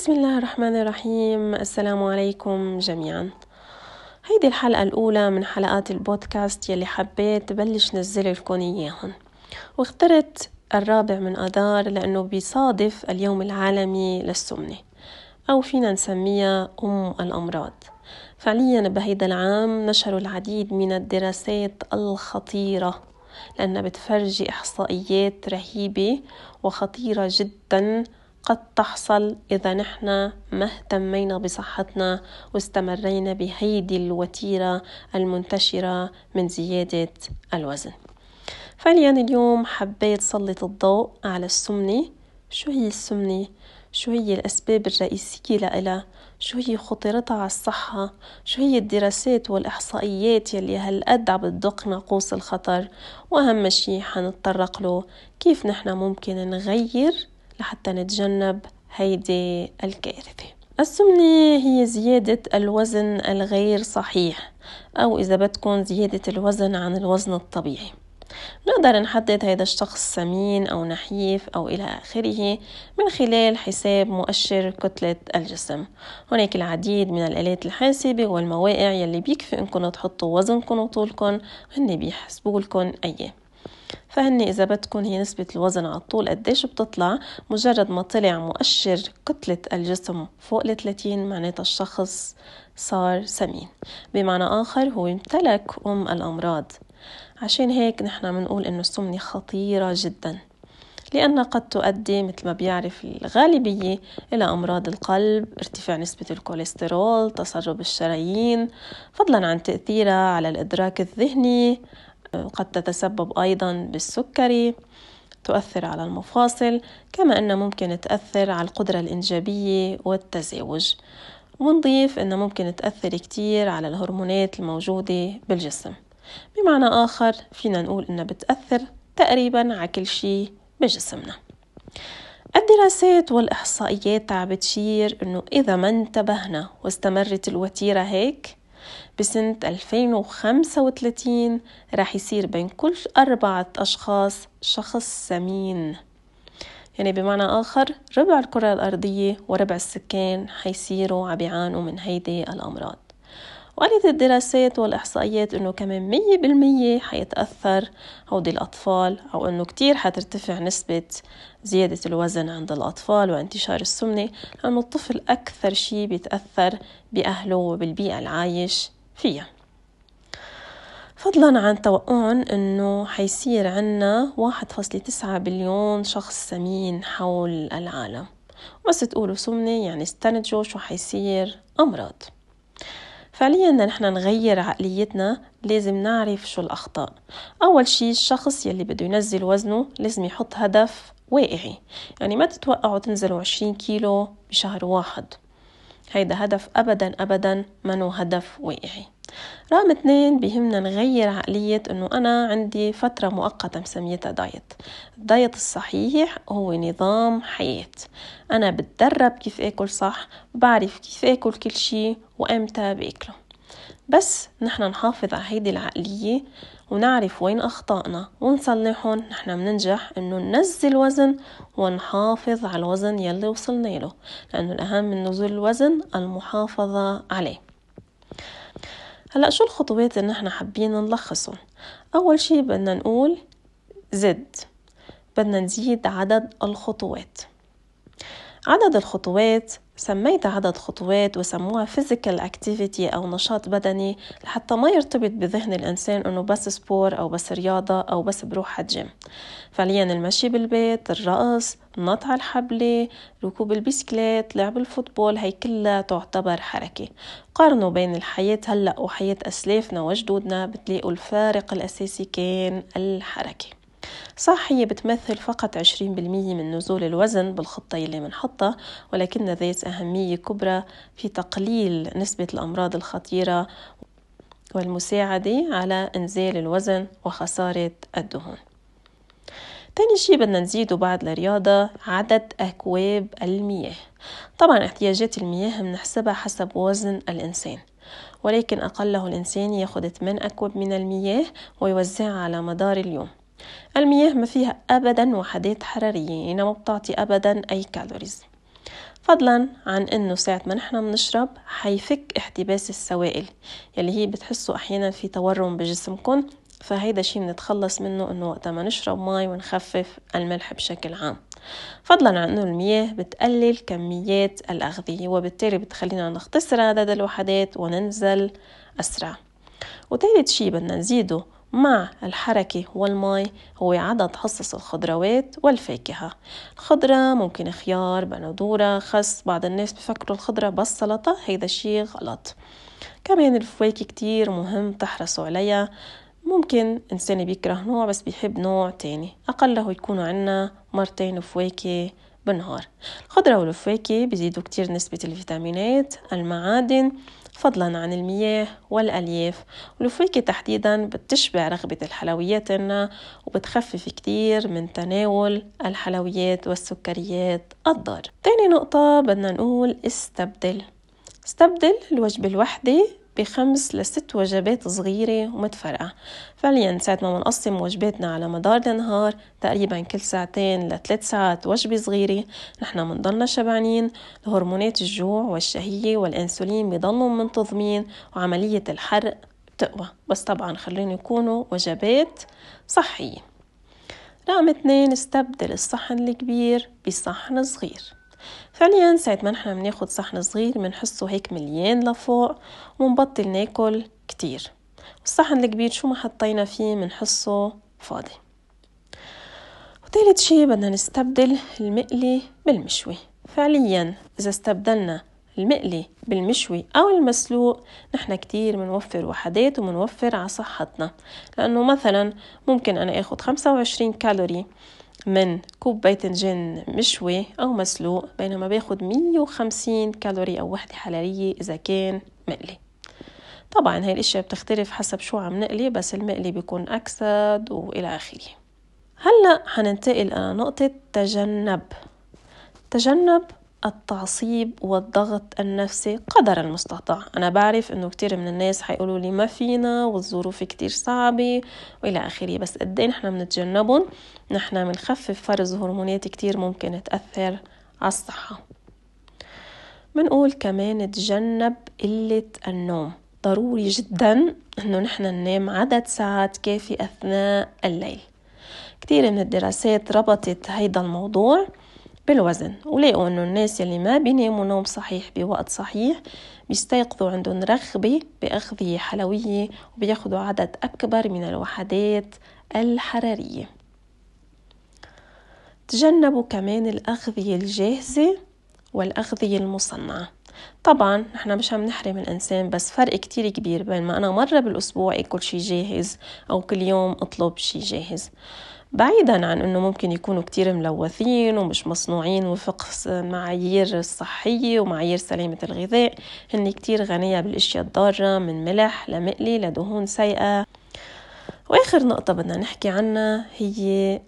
بسم الله الرحمن الرحيم. السلام عليكم جميعا. هيدي الحلقة الأولى من حلقات البودكاست يلي حبيت بلش نزل لكم إياهن، واخترت 4 من آذار لأنه بيصادف اليوم العالمي للسمنة، أو فينا نسميها الأمراض. فعليا بهيدا العام نشروا العديد من الدراسات الخطيرة لأنها بتفرجي إحصائيات رهيبة وخطيرة جدا قد تحصل إذا نحن ما اهتمينا بصحتنا واستمرينا بهيدي الوتيرة المنتشرة من زيادة الوزن. فعليا اليوم حبيت سلط الضوء على السمنة. شو هي السمنة؟ شو هي الأسباب الرئيسية لها؟ شو هي خطورتها على الصحة؟ شو هي الدراسات والإحصائيات يلي هالقد عم بتدق ناقوس الخطر؟ وأهم شيء حنتطرق له كيف نحن ممكن نغير لحتى نتجنب هيدي الكارثة. السمنة هي زيادة الوزن الغير صحيح، أو إذا بدكن زيادة الوزن عن الوزن الطبيعي. نقدر نحدد هذا الشخص سمين أو نحيف أو إلى آخره من خلال حساب مؤشر كتلة الجسم. هناك العديد من الآلات الحاسبة والمواقع يلي بيكفي إنكم تحطوا وزنكم وطولكم، هن بيحسبوا لكم أيه. فهن إذا بدكن هي نسبة الوزن على الطول قديش بتطلع. مجرد ما طلع مؤشر كتلة الجسم فوق 30 معناتها الشخص صار سمين، بمعنى آخر هو امتلك الأمراض. عشان هيك نحن بنقول إنه السمنة خطيرة جدا، لأنها قد تؤدي مثل ما بيعرف الغالبية إلى أمراض القلب، ارتفاع نسبة الكوليسترول، تصلب الشرايين، فضلا عن تأثيرها على الإدراك الذهني. قد تتسبب أيضا بالسكري، تؤثر على المفاصل، كما أنها ممكن تأثر على القدرة الإنجابية والتزاوج. ونضيف أنها ممكن تأثر كتير على الهرمونات الموجودة بالجسم. بمعنى آخر فينا نقول إنها بتأثر تقريبا على كل شيء بجسمنا. الدراسات والإحصائيات عم بتشير إنه إذا ما انتبهنا واستمرت الوتيرة هيك، بسنة 2035 راح يصير بين كل 4 أشخاص شخص سمين. يعني بمعنى آخر ربع الكرة الأرضية وربع السكان حيصيروا عم بيعانوا من هيدي الأمراض. وقالت الدراسات والإحصائيات إنه كمان 100% حيتأثر هودي الأطفال، أو إنه كتير حترتفع نسبة زيادة الوزن عند الأطفال وانتشار السمنة، لأنه الطفل أكثر شيء بيتأثر بأهله وبالبيئة العايش فيها. فضلا عن توقعهم إنه حيصير عنا 1.9 بليون شخص سمين حول العالم. بس تقولوا سمنة يعني استنتجوا شو حيصير أمراض. فعليا نحن نغير عقليتنا، لازم نعرف شو الأخطاء. أول شيء الشخص يلي بده ينزل وزنه لازم يحط هدف واقعي، يعني ما تتوقعوا تنزلوا 20 كيلو بشهر واحد. هيدا هدف أبدا منو هدف واقعي. رقم 2 بيهمنا نغير عقلية إنه أنا عندي فترة مؤقتة مسميتها دايت. الدايت الصحيح هو نظام حياة. أنا بتدرب كيف أكل صح، بعرف كيف أكل كل شيء وإمتى بأكله. بس نحن نحافظ على هيدي العقلية ونعرف وين أخطائنا ونصلحهم، نحن مننجح إنه ننزل وزن ونحافظ على الوزن يلي وصلنا له، لأنه الأهم من نزول الوزن المحافظة عليه. هلأ شو الخطوات اللي نحن حابين نلخصهم؟ أول شيء بدنا نقول بدنا نزيد عدد الخطوات. عدد الخطوات سميت عدد خطوات وسموها physical activity أو نشاط بدني، لحتى ما يرتبط بذهن الإنسان أنه بس سبور أو بس رياضة أو بس بروح الجيم. فعليا المشي بالبيت، الرقص، النط على الحبلة، ركوب البسكليت، لعب الفوتبول، هي كلها تعتبر حركة. قارنوا بين الحياة هلأ وحياة أسلافنا وجدودنا بتلاقوا الفارق الأساسي كان الحركة. صح هي بتمثل فقط 20% من نزول الوزن بالخطة اللي منحطها، ولكن ذات أهمية كبرى في تقليل نسبة الأمراض الخطيرة والمساعدة على إنزال الوزن وخسارة الدهون. تاني شيء بدنا نزيده بعد الرياضة عدد أكواب المياه. طبعا احتياجات المياه بنحسبها حسب وزن الإنسان، ولكن أقله الإنسان يأخذ 8 أكواب من المياه ويوزعها على مدار اليوم. المياه ما فيها أبدا وحدات حرارية، يعني ما بتعطي أبدا أي كالوريز. فضلا عن انه ساعة ما نحن بنشرب حيفك احتباس السوائل يلي هي بتحسوا احيانا في تورم بجسمكم، فهيدا شيء بنتخلص منه انه وقت ما نشرب مي ونخفف الملح بشكل عام. فضلا عن انه المياه بتقلل كميات الأغذية وبالتالي بتخلينا نختصر عدد الوحدات وننزل أسرع. وثالث شيء بدنا نزيده مع الحركة والماء هو عدد حصص الخضروات والفاكهة. الخضرة ممكن خيار، بندورة، خس. بعض الناس بفكروا الخضرة بس سلطة، هيدا شيء غلط. كمان الفواكه كتير مهم تحرصوا عليها. ممكن إنسان بيكره نوع بس بيحب نوع تاني، أقله يكونوا عنا مرتين فواكه بالنهار. الخضرة والفواكه بيزيدوا كتير نسبة الفيتامينات، المعادن، فضلا عن المياه والألياف. والفواكه تحديدا بتشبع رغبة الحلويات لنا وبتخفف كتير من تناول الحلويات والسكريات الضار. تاني نقطة بدنا نقول استبدل الوجبة الواحدة ب5 ل6 وجبات صغيرة ومتفرقة. فعليا ساعة ما منقسم وجباتنا على مدار النهار تقريبا كل 2 ل3 ساعات وجبة صغيرة، نحن منضلنا شبعانين، هرمونات الجوع والشهية والأنسولين بيضلوا منتظمين وعملية الحرق بتقوى. بس طبعا خلينا يكونوا وجبات صحية. رقم 2، استبدل الصحن الكبير بصحن صغير. فعليا ساعة ما نحن بناخد صحن صغير بنحسه هيك مليان لفوق ومنبطل ناكل كتير، والصحن الكبير شو ما حطينا فيه بنحسه فاضي. وثالث شيء بدنا نستبدل المقلي بالمشوي. فعليا إذا استبدلنا المقلي بالمشوي أو المسلوق نحن كتير منوفر وحدات ومنوفر على صحتنا، لأنه مثلا ممكن أنا أخد 25 كالوري من كوب باذنجان مشوي أو مسلوق، بينما باخد 150 كالوري أو وحدة حرارية إذا كان مقلي. طبعا هاي الاشياء بتختلف حسب شو عم نقلي، بس المقلي بيكون أكسد وإلى آخره. هلأ حننتقل إلى نقطة تجنب التعصيب والضغط النفسي قدر المستطاع. أنا بعرف إنه كتير من الناس حيقولوا لي ما فينا والظروف كتير صعبة وإلى آخره، بس قد إيه نحن بنتجنبهم نحن بنخفف فرز هرمونات كتير ممكن تأثر على الصحة. بنقول كمان نتجنب قلة النوم. ضروري جدا إنه نحن ننام عدد ساعات كافي أثناء الليل. كتير من الدراسات ربطت هيدا الموضوع بالوزن، ولقوا إنه الناس يلي ما بيناموا نوم صحيح بوقت صحيح بيستيقظوا عندهم رغبة بأغذية حلوية وبياخدوا عدد أكبر من الوحدات الحرارية. تجنبوا كمان الأغذية الجاهزة والأغذية المصنعة. طبعا نحن مش عم نحرم الإنسان، بس فرق كتير كبير بين ما أنا مرة بالأسبوع أكل شي جاهز أو كل يوم أطلب شي جاهز. بعيدا عن أنه ممكن يكونوا كتير ملوثين ومش مصنوعين وفق معايير الصحية ومعايير سلامة الغذاء، هن كتير غنية بالأشياء الضارة من ملح لمقلي لدهون سيئة. وآخر نقطة بدنا نحكي عنها هي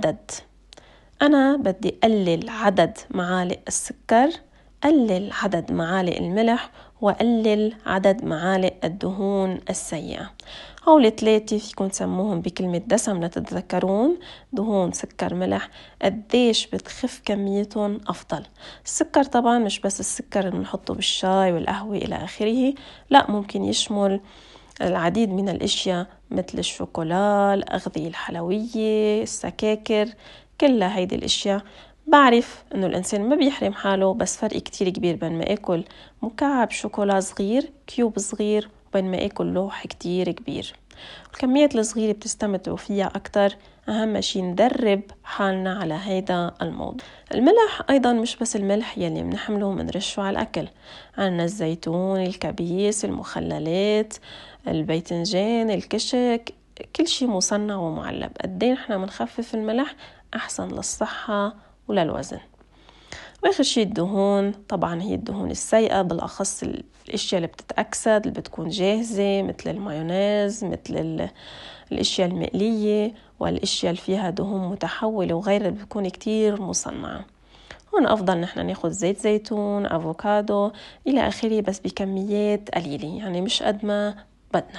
أنا بدي أقلل عدد معالق السكر، قلل عدد معالق الملح، وقلل عدد معالق الدهون السيئة. هول 3 فيكم تسموهم بكلمة دسم لتتذكرون: دهون، سكر، ملح. قديش بتخف كميتهم أفضل. السكر طبعا مش بس السكر اللي بنحطه بالشاي والقهوة إلى آخره، لا، ممكن يشمل العديد من الأشياء مثل الشوكولا، الأغذية الحلوية، السكاكر، كل هيدي الأشياء. بعرف إنه الإنسان ما بيحرم حاله، بس فرق كتير كبير بين ما أكل مكعب شوكولا صغير، كيوب صغير، وبين ما أكل لوح كتير كبير. الكميات الصغيرة بتستمتعوا فيها أكتر. أهم شي ندرب حالنا على هيدا الموضوع. الملح أيضا مش بس الملح يلي بنحمله ومنرشه على الأكل، عنا الزيتون، الكبيس، المخللات، الباذنجان، الكشك، كل شي مصنع ومعلب. قدين احنا منخفف الملح أحسن للصحة وللوزن. وآخر شي الدهون، طبعا هي الدهون السيئة، بالأخص الأشياء اللي بتتأكسد اللي بتكون جاهزة مثل المايونيز، مثل الأشياء المقلية، والأشياء اللي فيها دهون متحولة وغيرها اللي بتكون كتير مصنعة. هون أفضل نحن ناخد زيت زيتون، أفوكادو إلى آخره، بس بكميات قليلة، يعني مش قد ما بدنا.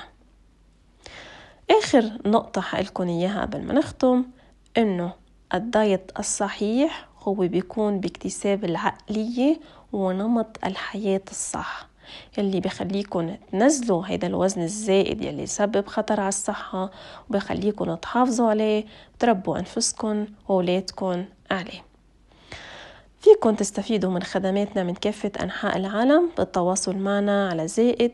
آخر نقطة حقلكم إياها قبل ما نختم، إنه الدايت الصحيح هو بيكون باكتساب العقلية ونمط الحياة الصح يلي بيخليكم تنزلوا هيدا الوزن الزائد يلي يسبب خطر على الصحة، وبيخليكم تحافظوا عليه وتربوا أنفسكم وولادكم عليه. فيكم تستفيدوا من خدماتنا من كافة أنحاء العالم بالتواصل معنا على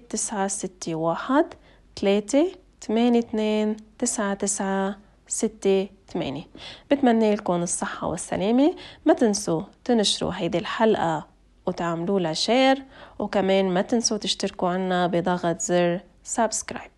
+961-382-9968. بتمنى لكم الصحة والسلامة. ما تنسوا تنشروا هيدي الحلقة وتعملوا لها شير، وكمان ما تنسوا تشتركوا عنا بضغط زر سبسكرايب.